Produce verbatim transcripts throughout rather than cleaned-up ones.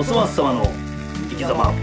おそ松様の生き様。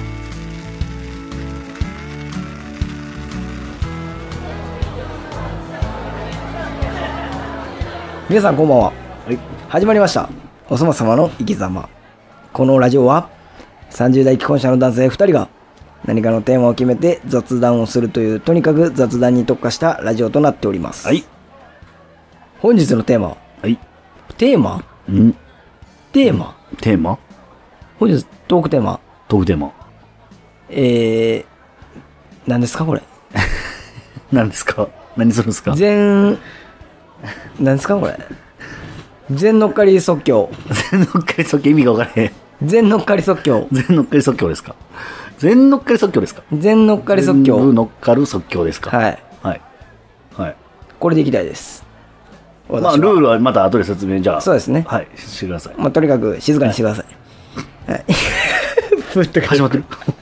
皆さんこんばんは、 はい、 始まりましたおそ松様の生き様。このラジオはさんじゅう代既婚者の男性ふたりが何かのテーマを決めて雑談をするという、とにかく雑談に特化したラジオとなっております。 はい、 本日のテーマは、 はい、 テーマんテーマテーマ本日トークテーマ、 トークテーマえー、何ですかこれ何ですか何するんですか。 全何ですかこれ全乗っかり即興全乗っかり即興、意味が分からへん。 全乗っかり即興全乗っかり即興ですか。全乗っかり即興ですか。 全乗っかり即興、 全部乗っかる即興ですか。 はいはいはい。 これでいきたいです。私はまあルールはまた後で説明、じゃあそうですね、 はいしてください。 まあ、とにかく静かにしてください、はいふっと始まってる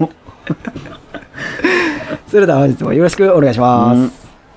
それでは本日もよろしくお願いします、 うん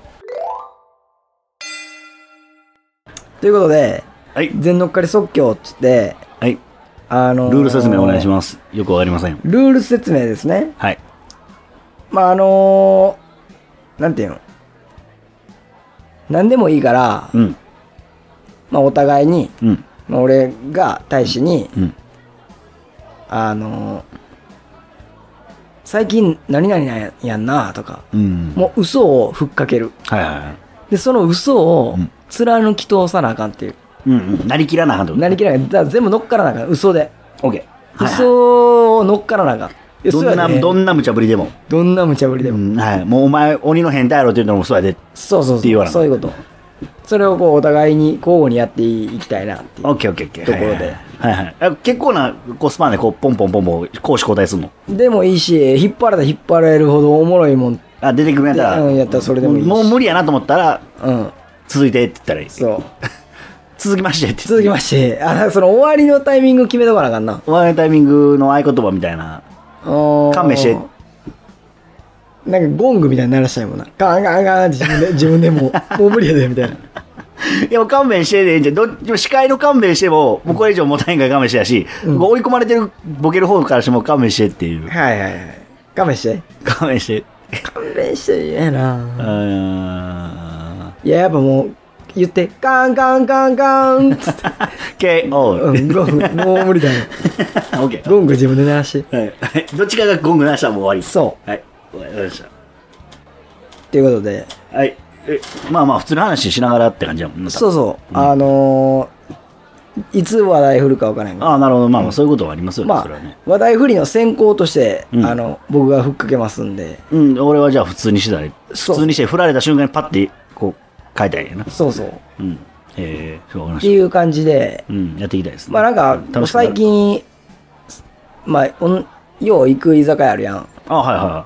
ということで、 はい、 全乗っかり即興っつってはい、 あのー、 ルール説明お願いします。よくわかりません。 ルール説明ですね。 はい。 まああのー、なんていうの、何でもいいから、 うん。 まあお互いに、 うん。 まあ、俺が大使に、 うん。 あのー、最近何々なんやんなとか、 うん。 もう嘘をふっかける。 はいはいはい。 でその嘘をうん貫き通さなあかんっていう。 うんうん。なりきらなあかんってこと。 なりきらない。だから全部乗っからなあかん。嘘で。 オッケー。 嘘を乗っからなあかん。 どんな、どんな無茶ぶりでも。 どんな無茶ぶりでも。 うん、はい。もうお前、鬼の変態やろって言うのもそうやで。 そうそうそう。 って言わなそういうこと。それをこうお互いに交互にやっていきたいなっていう。 オッケーオッケーオッケー。 ところで。 はいはい。あ、結構なこうスパンでこうポンポンポンポン攻守交代するの。 でもいいし、引っ張られた引っ張られるほどおもろいもん。 あ、出てくるんやったら。 うん、やったらそれでもいいし。 もう無理やなと思ったら、 うん。 続いてって言ったらいい。 そう。 続きましてって。 続きまして、あ、その終わりのタイミング決めとかなあかんな。 終わりのタイミングの合言葉みたいな。勘弁して。 なんかゴングみたいに鳴らしたいもんな。ガンガンガンって自分で、自分でもう、もう無理やで、みたいな。 いや、もう勘弁してでいいんじゃん。どっちも司会の勘弁しても、もうこれ以上もたへんから勘弁してやし、 うん、 追い込まれてるボケる方からしても勘弁してっていう。 はいはいはい。勘弁して。 勘弁して。 勘弁して嫌やな。 あいや、やっぱもう、言って、カンカンカンカンつって。 ケーオー。 うん、ゴング、もう無理だよ。 オッケー。 ゴング自分で鳴らして。 はい。どっちかがゴング鳴らしたらもう終わり。 そう。 はい。わかりました。 ということで。 はい。え、まあまあ、普通の話しながらって感じやもんね。 そうそう。 うん、 あのー、いつ話題振るか分からへんから。 ああ、なるほど。まあまあ、そういうことはありますよね。 まあ、 それはね。 話題振りの先行として、 うん、 あの、僕がふっかけますんで。 うん、俺はじゃあ普通にしてたら、普通にして振られた瞬間にパッて、こう、書いたんやな。 そうそう。 うん。ええー、そうっていう感じで、 うん、やっていきたいですね。 まあなんか、最近、まあ、よう行く居酒屋あるやん。 あ、はいはい。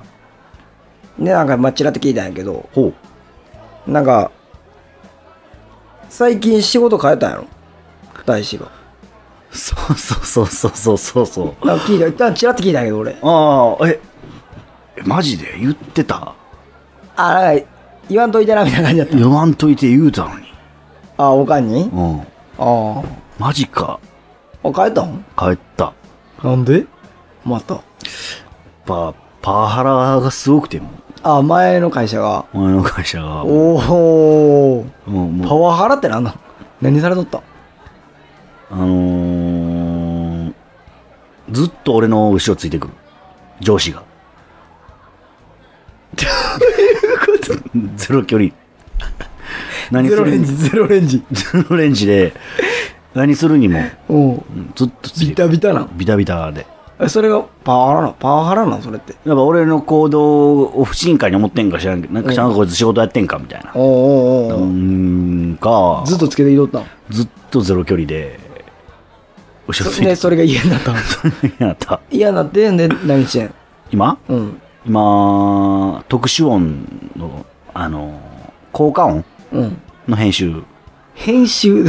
で、なんか、まあ、ちらっと聞いたんやけど、 ほう。なんか、最近仕事変えたんやろ大使が。 そうそうそうそうそうそう。 なんか聞いた、ちらっと聞いたんやけど、俺。 ああ、え、マジで言ってた？ あ、なんか、言わんといてな、みたいな感じだった。 言わんといて言うたのに。 あ、おかんに？ うん。 ああ。 マジか。 あ、帰ったん？ 帰った。 なんで？また。 パ、パワハラがすごくても。 あ、前の会社が。 前の会社が。 おお。 もう、もう。 パワハラってなんなん？何されとった？ あのー、ずっと俺の後ろついてくる。上司が。 どういうこと？ ゼロ距離。何するゼロレンジ、ゼロレンジ。 ゼロレンジで、何するにも、 おずっとついてビタビタな。 ビタビタで。 それがパワハラなパワハラなそれって。 やっぱ俺の行動を不信感に思ってんか知らんけど、なんかちゃんとこいつ仕事やってんかみたいな。 おおおお。 うーんか。 ずっとつけていとったん？ ずっとゼロ距離で、後ろついて。 で、それが嫌になったん？ 嫌になった。 嫌になって、で、何してん？ 今？ うん。 今、特殊音の、あの、効果音？ うん。 の編集。 編集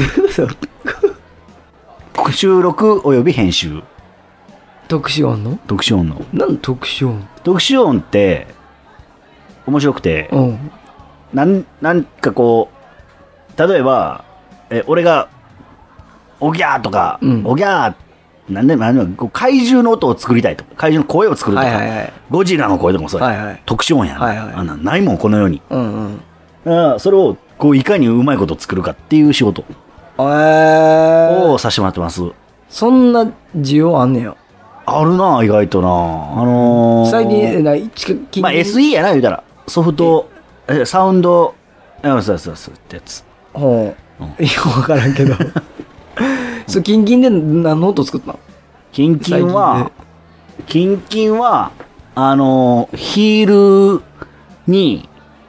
収録および編集。 特殊音の？ 特殊音の。 なん特殊音？ 特殊音って面白くて、 うん、 なん、なんかこう、例えば、え俺が、おぎゃーとか、 うん、 おぎゃーっなんでなんでこう怪獣の音を作りたいとか怪獣の声を作るとか、 はいはいはいゴジラの声とかもそうや、 はいはい特殊音やん、 はいはいあんなんないもんこの世に。 うんうんだからそれをこういかにうまいこと作るかっていう仕事えー、 をさせてもらってます。 そんな需要あんねや。 あるな意外とな。あのー、 最近えな近近まあ エスイー やな言うたらソフトえサウンドそうそうそうそうってやつ。 ほう、 うんいや分からんけどそうキンキンで何の音作ったの？ キンキンはキンキンはあのー、ヒールに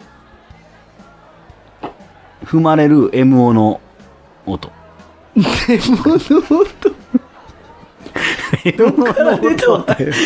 踏まれる エムオー の音。 エムオー の音どっから出た音よ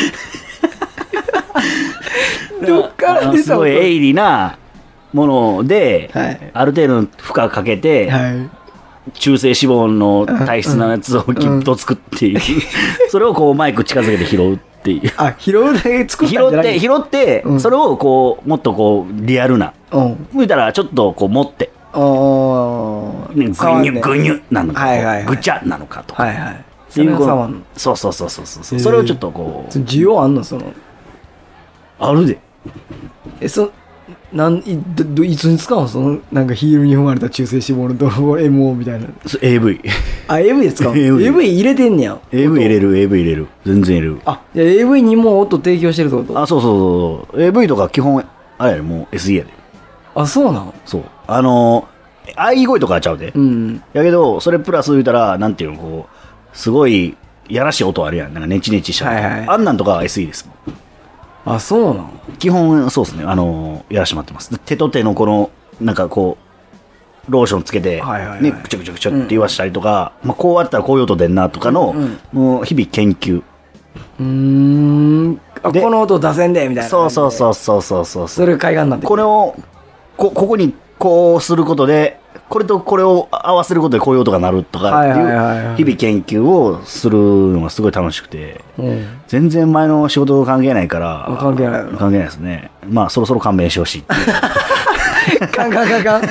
どっから出た音？ すごい鋭利なもので、 はいある程度の負荷かけて、 はい中性脂肪の体質なやつをきっと作っている、それをこうマイク近づけて拾うっていう。 あ拾うだけ作ったんじ拾ゃなくてって拾って、 うんそれをこうもっとこうリアルなうん見たらちょっとこう持ってあーねぐ触んねにゅぐにゅなのか、 はいはいはいぐちゃなのかとか、 はいはいっていうこそれは触んののそうそうそうそうそう、 へーそれをちょっとこう需要あんのそのあるで。 えそなんいどどいつに使うのそのなんかヒールに踏まれた中性脂肪の泥 エムオー みたいなそ エーブイあ エーブイ で使うのエーブイエーブイ 入れてんねやエーブイ 入れる エーブイ 入れる全然入れる。 あじゃあ エーブイ にも音提供してるってこと？ あそうそうそうそう エーブイ とか基本あれやでもう エスイー やで。 あそうなの？ そうあのー、喘ぎ声とかはちゃうで、 うんやけどそれプラス言うたらなんていうのこうすごいやらしい音あるやんなんかネチネチした、 はいはいあんなんとかは エスイー ですもん。 あそうなの？ 基本そうですねあのーやらしてもらってます。手と手のこのなんかこうローションつけて、 はいはいはいねくちゃくちゃくちゃって言わしたりとか、まあ、こうやったらこういう音出んなとかの、 うんうんもう日々研究。 うーんあでこの音出せんでみたいなそうそううそうそうそうそうそれ海岸になってこれをこここにこうすることでこれとこれを合わせることでこういう音が鳴るとかってはいはいはいはいいう日々研究をするのがすごい楽しくて、 うん全然前の仕事と関係ないからあ関係ないの関係ないですね。まあそろそろ勘弁してほしいっていうカンカンカンカン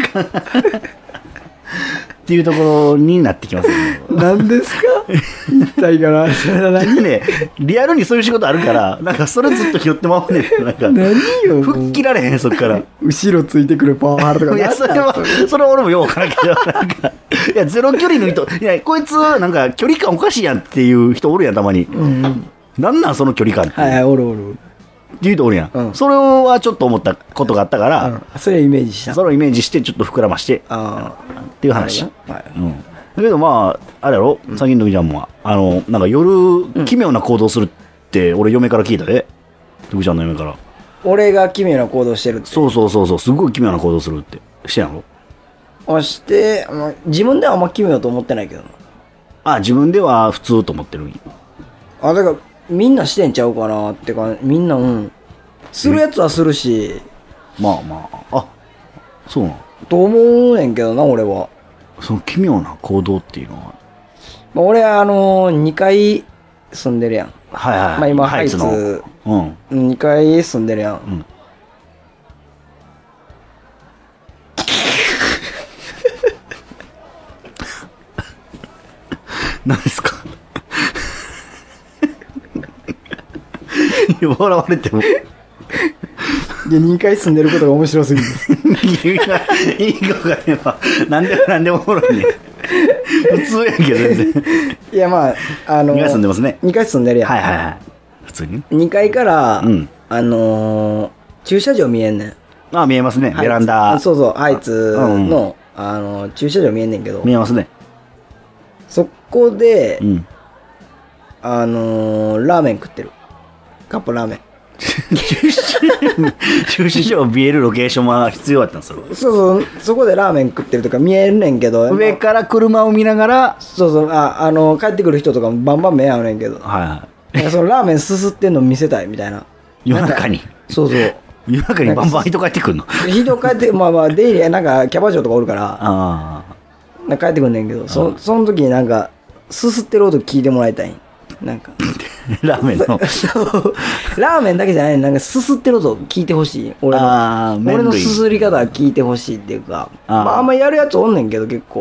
っていうところになってきますね。 何ですか言いたいかなそれは何ねリアルにそういう仕事あるからなんかそれずっと拾ってまうねんなんか何よ吹っ切られへんそっから後ろついてくるパワハラとかいやそれはそれは俺もよう分からんけどなんかいやゼロ距離の人いやこいつなんか距離感おかしいやんっていう人おるやんたまに、 うんうんなんなんその距離感って、 はいはいおるおるおるっていう人おるやん、 うんそれはちょっと思ったことがあったから、 うんそれイメージしたそれをイメージしてちょっと膨らましてあっていう話、 あはいうん、だけどまああれやろ最近の時ちゃんもあのなんか夜奇妙な行動するって俺嫁から聞いたで徳ちゃんの嫁から。 俺が奇妙な行動してるってそうそうそうそうすごい奇妙な行動するってしてんやろ。 あしてまあ自分ではあんま奇妙と思ってないけどなあ自分では普通と思ってるんや。 あだからみんなしてんちゃうかなってかみんなうんするやつはするしまあまああそうなんと思うねんけどな俺は、 その奇妙な行動っていうのはまあ、俺はあのー、にかい住んでるやんはいはい、 まあ今ハイツのうんにかい住んでるやん、 ん何ですか笑われてもいやにかい住んでることが面白すぎるいやいい子がねば何でも何でもおもろいね普通やけど全然いやまああのー、 にかい住んでますね。 にかい住んでるやん、 はいはいはい普通ににかいから、 うんあのー、駐車場見えんねんあ見えますねハイツベランダそうそうハイツの、 うんあのー駐車場見えんねんけど見えますねそこで、 うんあのー、ラーメン食ってるカップラーメン駐車場見えるロケーションは必要だったんですよ。 そうそうそこでラーメン食ってるとか見えんねんけど上から車を見ながらそうそうああの帰ってくる人とかもバンバン目合うねんけどはいはなんかそのラーメンすすってんの見せたいみたいない夜中にそうそう夜中にバンバン人帰ってくるの人帰ってまあまあ出入りなんかキャバ嬢とかおるからあなんか帰ってくんねんけどそその時になんかすすってる音聞いてもらいたいなんかあラーメンのそうラーメンだけじゃないなんかすすってる音聞いてほしい俺のあー麺類俺のすすり方は聞いてほしいっていうかあーまああんまやるやつおんねんけど結構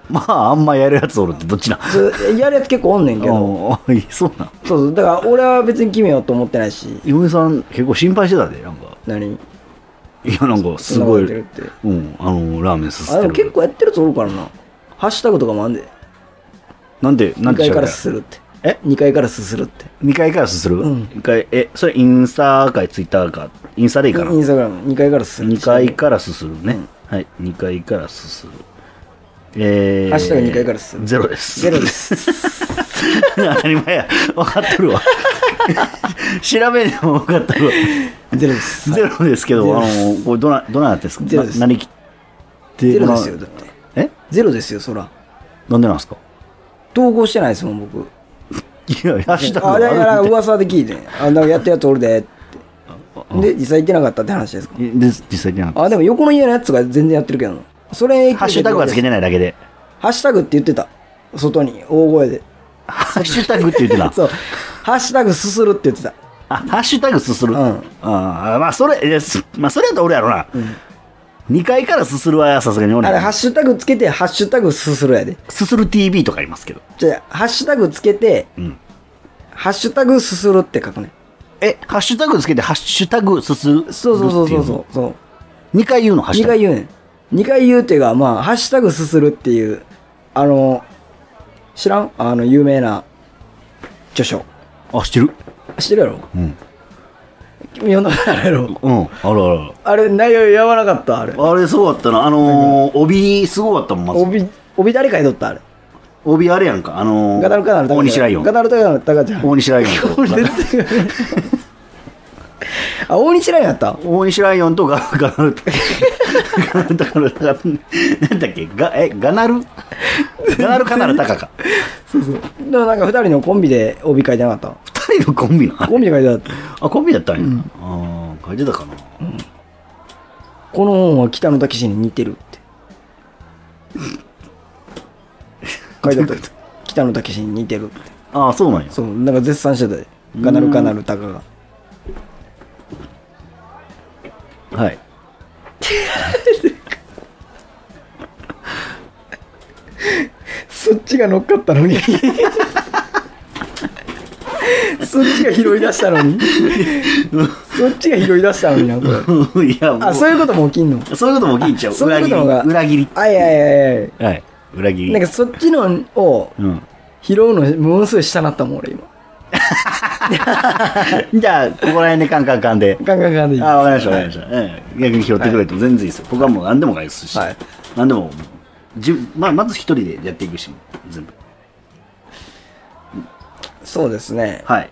まああんまやるやつおるってどっちなん？ そうやるやつ結構おんねんけど。 ああそうなん。 そうそう、だから俺は別に決めようと思ってないし。 嫁さん結構心配してたで、なんか。 何？ いやなんかすごい、 そんなことやってるってうん、あのラーメンすすあ、でもってる。 結構やってるやつおるからな。ハッシュタグとかもあんで。 なんでなんにかいからでしゃべる？ すするって。 えにかいからすするって。 にかいからすする？ うん一回えそれインスタかツイッターかインスタでいいかな。 インスタグラムにかいからすする。 にかいからすするね。はいにかいからすする。えー、 ハッシュタグにかいからすする。 ゼロです。 ゼロです。 当たり前や。分かっとるわ。調べでも分かっとるわ。 ゼロです。 ゼロですけど、あゼロですの、これどな、どなやってんですか？ ゼロですな何切ってゼロですよ、だって。 えゼロですよ、そら。 なんでなんですか？ 投稿してないですもん、僕。 いや、ハッシュタグあれ、あれあるって。 噂で聞いて。あ、なんかやったやつおるでって。で、実際行ってなかったって話ですか？ で実際になんかあ、でも横の家のやつが全然やってるけどな。それ、 ハッシュタグはつけてないだけで。 ハッシュタグって言ってた。外に、大声で。 ハッシュタグって言ってた。 そう。ハッシュタグすするって言ってた。 あ、ハッシュタグすする。 うんああ、まあ、それ、えすまあ、それやったら俺やろな。にかいからすするはさすがに俺あれ、ハッシュタグつけて、ハッシュタグすするやで。 すする ティーブイ とかありますけど。 じゃあ、ハッシュタグつけて、 うん。 ハッシュタグすするって書くね。 え、ハッシュタグつけて、ハッシュタグすする。 そうそうそうそうそう。そうにかい言うの、ハッシュ 2 タグ。 回言うねん。にかい言うっていうか、まあ、ハッシュタグすするっていう、あの、知らんあの、有名な著書。 あ、知ってる？ 知ってるやろ？ うん。 君読んだことあるやろ？ うん。あるあるある。 あれ、内容やばなかった、あれ。 あれすごかったな。あのー、帯すごかったもん、まず。 帯、帯誰書いとったあれ。 帯あれやんか。あのー、 ガタルカナルタカ大西ライオン。 ガタルカナルタカちゃん。 大西ライオンと。 これ絶対あ、大西ライオンやった大西ライオンとガガナルタガナルタカナルタカなんだっけガえガナルガナルカナルタカか。 そうそう。でもなんか二人のコンビで帯書いてなかった二人のコンビな。 コンビで書いてあった。 あ、コンビだったんや。ああ、書いてたかな。 この本は北野武に似てるって。書いてあった。北野武に似てるって。 ああ、そうなんや。 そう、なんか絶賛してたで。ガナルカナルタカが。 はい。 そっちが乗っかったのにそっちが拾い出したのにそっちが拾い出したのにな、これ。 いや、もうあ、そういうことも起きんの？ そういうことも起きんちゃう。 そういう裏切り。 ことが裏切り。 あいやいやいやはい。裏切り。 なんかそっちのをうん。 拾うのものすごい下なったもん、俺今。 じゃあ、ここら辺でカンカンカンで。 ガンガンガンでいい。 ああ、わかりました、わかりました。ええ逆に拾ってくれても全然いいですよ。僕はもう何でも返すし。 はい何でも、じまあ、まず一人でやっていくし、全部。 そうですね。 はい。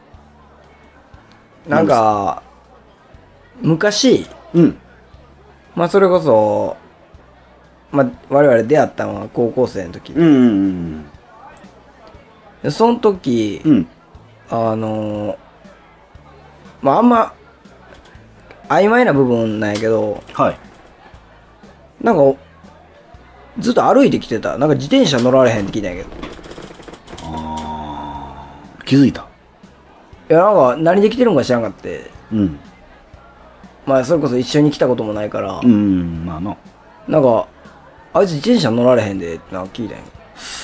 なんか、昔、 うん。 まあそれこそ、まあ我々出会ったのは高校生の時うんうんで、その時、 うん。うん。 あのーまああんま曖昧な部分なんやけど、 はい。 なんかずっと歩いてきてた。なんか自転車乗られへんって聞いたんやけど。 ああ。気づいた。 いや、なんか何で来てるんか知らんかって。 うん。 まあそれこそ一緒に来たこともないから、 うん、まあな。 なんか、あいつ自転車乗られへんでってなんか聞いたんやけど。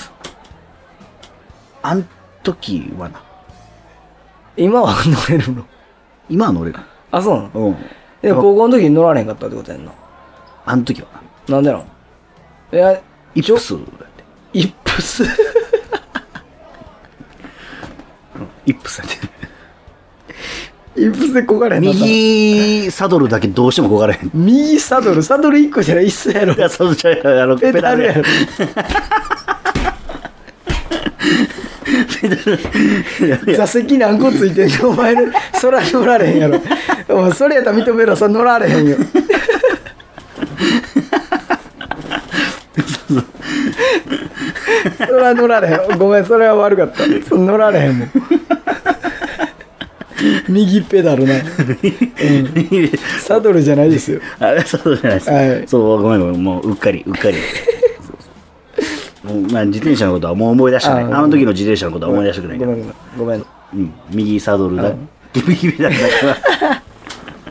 あん時はな。 今は乗れるの？ 今は乗れる。 あ、そうなの？ うん。 でも高校の時に乗られへんかったってことやんな。 あん時はな。 なんでなの？いや、 イップスだって。 イップスイップスだって。 イップスでこがれへんなったの。 右サドルだけどうしてもこがれへん。 右サドル、サドルいっこじゃない、一緒やろい。や、サドルちゃうやあの、 ペダルやろ。 ペダル。 座席何個ついてんのお前の、そら乗られへんやろ。お前それやったら認めろ、そら乗られへんよ。そら乗られへん。ごめん、それは悪かった。そ乗られへんもん。右ペダルな、うん、サドルじゃないですよ。 あれ、サドルじゃないです。 はい、 そう、ごめんごめん、もううっかり、うっかり。そうそうもうまあ、自転車のことはもう思い出したね。あの時の自転車のことは思い出してくれないごめんごめん。 うん、右サドルだ。右ペダルだから。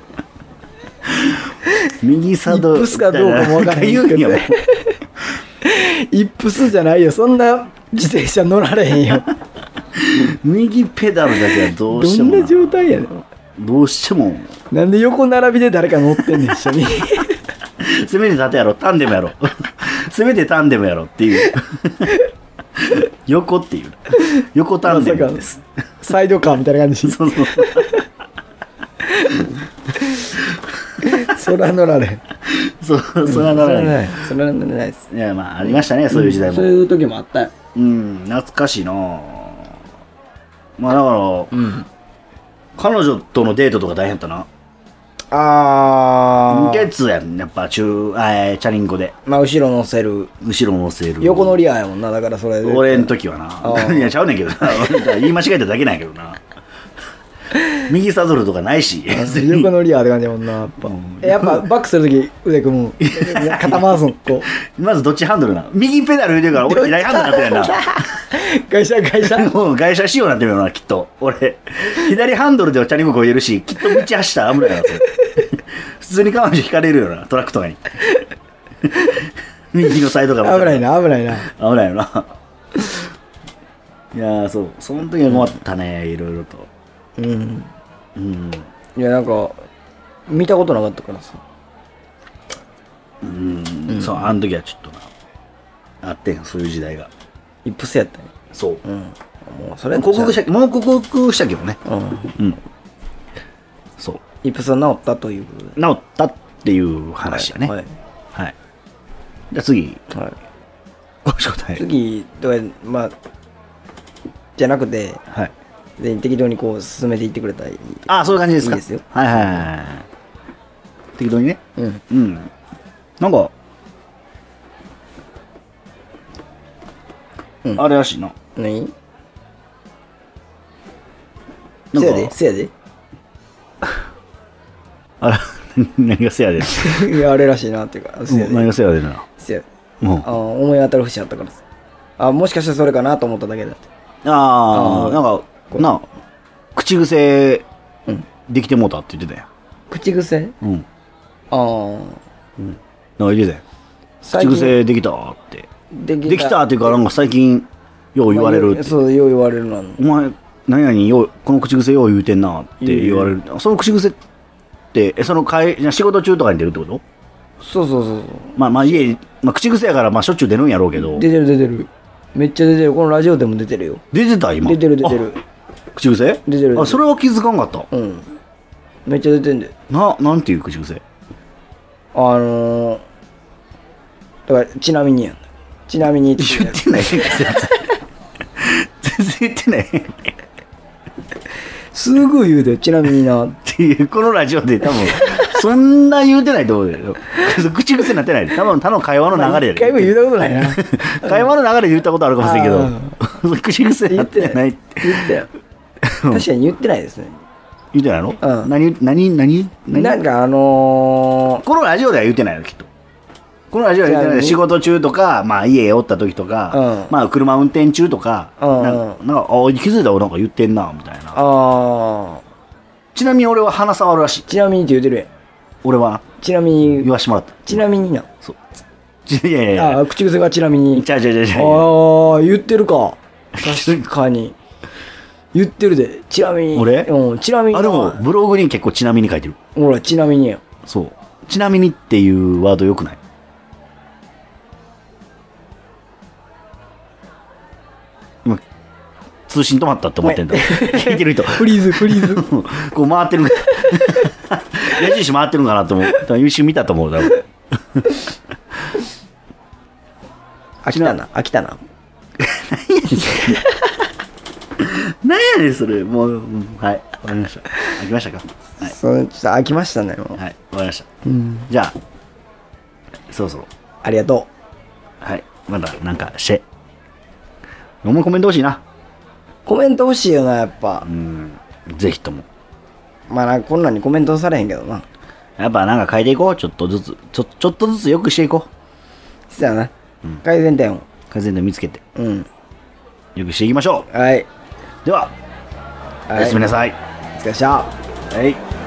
右サドル。 イップスかどうかも分からへんけど言うんやもん。 イップスじゃないよ。そんな自転車乗られへんよ。 右ペダルだけはどうしてどんもなな状態やねん。 どうしてもなんで横並びで誰か乗ってんねん、一緒に。 せめて縦やろ、タンデムやろ。せめてタンデムやろっていう。横っていう。横タンデムです。 サイドカーみたいな感じ。 そうそう。 そら乗られへん。 そう、それはならない。 それは乗らないです。 いや、まあ、ありましたね、そういう時代も。 そういう時もあったよ。 うん、懐かしいな。まあ、だから、 うん。 彼女とのデートとか大変だったな。 あゲッツやん、やっぱ、中、えー、チャリンコで。 まあ後ろ乗せる。 後ろ乗せる。 横乗りややもんな、だからそれで。 俺ん時はな。 ーいや、ちゃうねんけどな。言い間違えただけなんやけどな。右サドルとかないし。 横乗りやって感じやもんな、やっぱ。 うんえやっぱバックするとき腕組む。肩回すん、こう。 まずどっちハンドルな。右ペダル言うてるから、俺左ハンドルになってるやんな。 会社、会社。 もう外車仕様になってるよな、きっと。俺、左ハンドルではチャリンコこいでるし、きっと道走ったら危ないな、それ。普通に彼女引かれるよな、トラックとかに。右のサイドから。 危ないな、危ないな。 危ないよな。いやー、そう。その時は困ったね、いろいろと。 うん。 うん。 いや、なんか、見たことなかったからさ。 うん。そう、あの時はちょっとな、あってん、そういう時代が。 イップスやったね。 そう。 うん。もうそれ克服した、もう克服したけどね。 うん。 うん。そう。 イップスは治ったということで。 治ったっていう話やね。 はい。 はい。じゃあ次、 はい。 お仕事はい。 次、どうまあ、じゃなくて、 はい。 で適当にこう進めていってくれたらいい。 ああ、そういう感じですか。 いいですよ。 はいはいはいはい。適当にね。 うん。 うん。なんか、 うんあれらしいな。 何なんかせやで、せやで。 あら、何がせやでんいや、あれらしいなっていうか、せやで。 何がせやでんな。 せやもう。 あ思い当たる節あったからさ。あ、もしかしたらそれかなと思っただけだって。 ああ、 あーなんか、なあ、口癖うん。 できてもうたって言ってたや口癖ん。うん。 ああ。 なんか言ってたやん。口最近癖できたって。 できできたっていうか、なんか最近、よう言われるって。 そう、よう言われるな。 お前、何々よう、この口癖よう言うてんなって言われる。その口癖って、え、その会、仕事中とかに出るってことそうそうそうまあまあ家、まあ口癖やからまあしょっちゅう出るんやろうけど。 出てる出てる。めっちゃ出てる。このラジオでも出てるよ。 出てた今。 出てる出てる。 あ。口癖出てる出てるあ、それは気づかんかった。 うん。めっちゃ出てんで。 な、なんていう口癖あのー、だから、ちなみにやん。ちなみにって言ってない。全然言ってない。 すぐ言うで、ちなみにな。 っていう、このラジオで多分、そんな言うてないと思うよ。口癖になってないで。多分、他の会話の流れで。 一回も言うたことないな。 会話の流れで言ったことあるかもしれんけど、口癖になってないって。 言ったよ。確かに言ってないですね。 言ってないのうん何、何、何、何なんかあのこのラジオでは言ってないの、きっと。このラジオでは言ってない。 じゃあ仕事中とか、まあ家おった時とか、 うんまあ車運転中とか、 うんなんか、なんかあ気づいたらなんか言ってんな、みたいー、 な。 あちなみに俺は鼻触るらしいー、。ちなみにって言うてるやん。 俺はちなみに言、わしてもらった。 ちなみにな。 そう。ちいやいやいや。 あー、口癖がちなみに。 ちゃうちゃうちゃうちゃう。 ああ、言ってるか。確かに。言ってるで。ちなみに。 俺うん、ちなみに。 あ、でも、ブログに結構ちなみに書いてる。 ほら、ちなみにや。 そう。ちなみにっていうワードよくない今、通信止まったって思ってんだ。聞いてる人。 フリーズ、フリーズ。 こう回ってる。矢印回ってるんかなと思う。多分一瞬見たと思う。多分飽きたな、飽きたな。 何やねん、それ。もう、うんはい。わかりました。飽きましたかはい。 そう、ちょっと飽きましたね、もう。 はい。わかりました。 うん。 じゃあ、そろそろ。 ありがとはい。まだ、なんか、して。お前コメント欲しいな。 う。コメント欲しいよな、やっぱう。ん。ぜひとも。 まあなんかこんなんにコメントされへんけどな。 やっぱなんか変えていこう。ちょっとずつ。ちょ、ちょっとずつ良くしていこう。 そうやな。改善点を。 改善点見つけて。 うん。 良くしていきましょはい。 う。では、おはい。 やすみなさい。 お疲れっした。 はい。